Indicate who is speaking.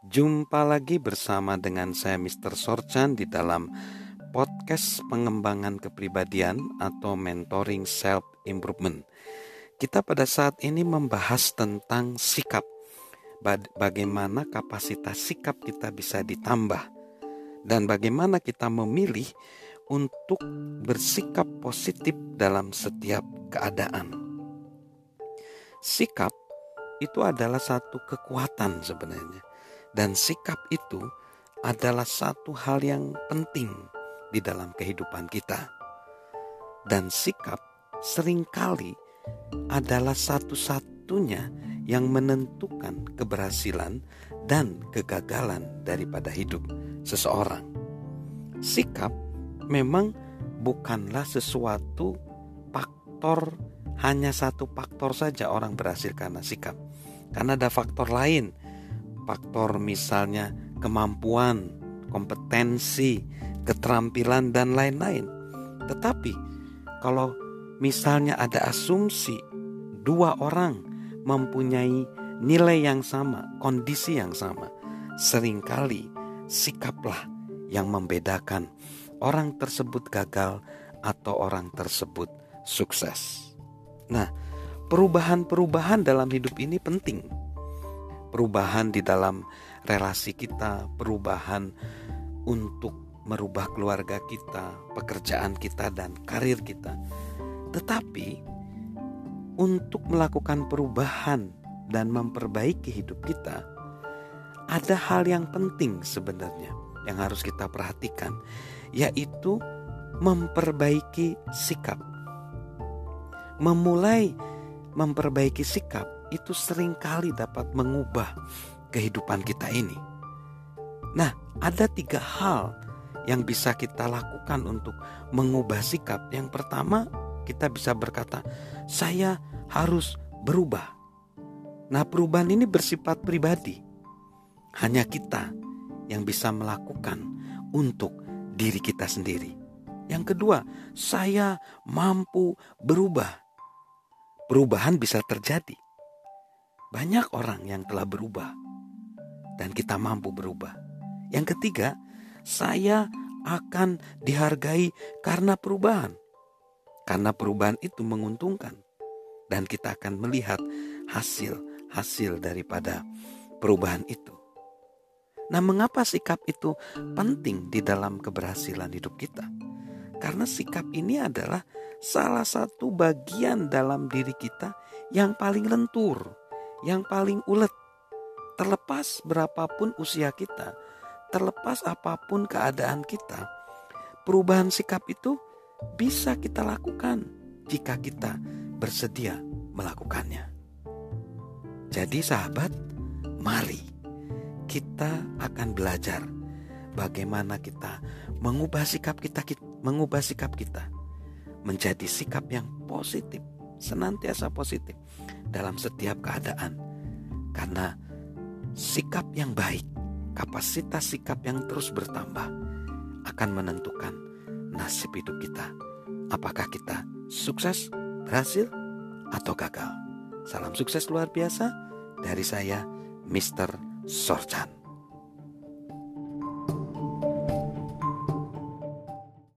Speaker 1: Jumpa lagi bersama dengan saya Mr. Sorchan di dalam podcast pengembangan kepribadian atau mentoring self improvement. Kita pada saat ini membahas tentang sikap. Bagaimana kapasitas sikap kita bisa ditambah dan bagaimana kita memilih untuk bersikap positif dalam setiap keadaan. Sikap itu adalah satu kekuatan sebenarnya. Dan sikap itu adalah satu hal yang penting di dalam kehidupan kita. Dan sikap seringkali adalah satu-satunya yang menentukan keberhasilan dan kegagalan daripada hidup seseorang. Sikap memang bukanlah sesuatu faktor, hanya satu faktor saja orang berhasil karena sikap. Karena ada faktor lain. Faktor misalnya kemampuan, kompetensi, keterampilan dan lain-lain. Tetapi kalau misalnya ada asumsi dua orang mempunyai nilai yang sama, kondisi yang sama, seringkali sikaplah yang membedakan orang tersebut gagal atau orang tersebut sukses. Nah, perubahan-perubahan dalam hidup ini penting. Perubahan di dalam relasi kita, perubahan untuk merubah keluarga kita, pekerjaan kita, dan karir kita. Tetapi untuk melakukan perubahan dan memperbaiki hidup kita, ada hal yang penting sebenarnya yang harus kita perhatikan, yaitu memperbaiki sikap. Memulai memperbaiki sikap itu seringkali dapat mengubah kehidupan kita ini. Nah, ada 3 hal yang bisa kita lakukan untuk mengubah sikap. Yang pertama, kita bisa berkata, saya harus berubah. Nah, perubahan ini bersifat pribadi. Hanya kita yang bisa melakukan untuk diri kita sendiri. Yang kedua, saya mampu berubah. Perubahan bisa terjadi. Banyak orang yang telah berubah dan kita mampu berubah. Yang ketiga, saya akan dihargai karena perubahan. Karena perubahan itu menguntungkan dan kita akan melihat hasil daripada perubahan itu. Nah, mengapa sikap itu penting di dalam keberhasilan hidup kita? Karena sikap ini adalah salah satu bagian dalam diri kita yang paling lentur, yang paling ulet. Terlepas berapapun usia kita, terlepas apapun keadaan kita, perubahan sikap itu bisa kita lakukan jika kita bersedia melakukannya. Jadi sahabat, mari kita akan belajar bagaimana kita mengubah sikap kita menjadi sikap yang positif, senantiasa positif dalam setiap keadaan. Karena sikap yang baik, kapasitas sikap yang terus bertambah akan menentukan nasib hidup kita. Apakah kita sukses, berhasil, atau gagal. Salam sukses luar biasa dari saya, Mr. Sorchan.